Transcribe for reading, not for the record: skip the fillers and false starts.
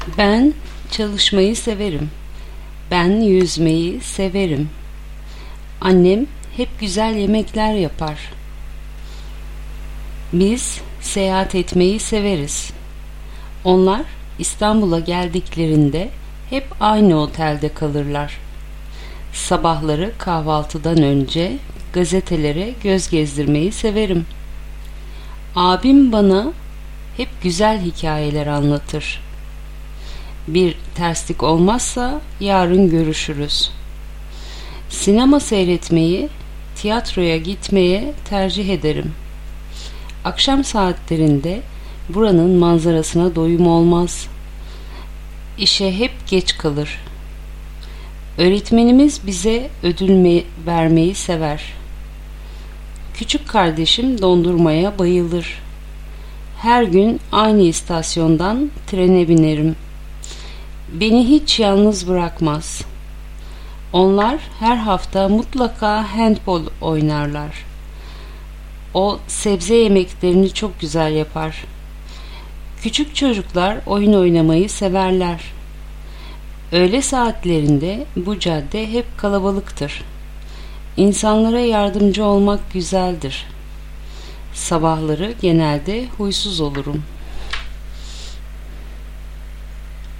Ben çalışmayı severim. Ben yüzmeyi severim. Annem hep güzel yemekler yapar. Biz seyahat etmeyi severiz. Onlar İstanbul'a geldiklerinde hep aynı otelde kalırlar. Sabahları kahvaltıdan önce gazetelere göz gezdirmeyi severim. Abim bana hep güzel hikayeler anlatır. Bir terslik olmazsa yarın görüşürüz. Sinema seyretmeyi, tiyatroya gitmeye tercih ederim. Akşam saatlerinde buranın manzarasına doyum olmaz. İşe hep geç kalır. Öğretmenimiz bize ödül vermeyi sever. Küçük kardeşim dondurmaya bayılır. Her gün aynı istasyondan trene binerim. Beni hiç yalnız bırakmaz. Onlar her hafta mutlaka handbol oynarlar. O sebze yemeklerini çok güzel yapar. Küçük çocuklar oyun oynamayı severler. Öğle saatlerinde bu cadde hep kalabalıktır. İnsanlara yardımcı olmak güzeldir. Sabahları genelde huysuz olurum.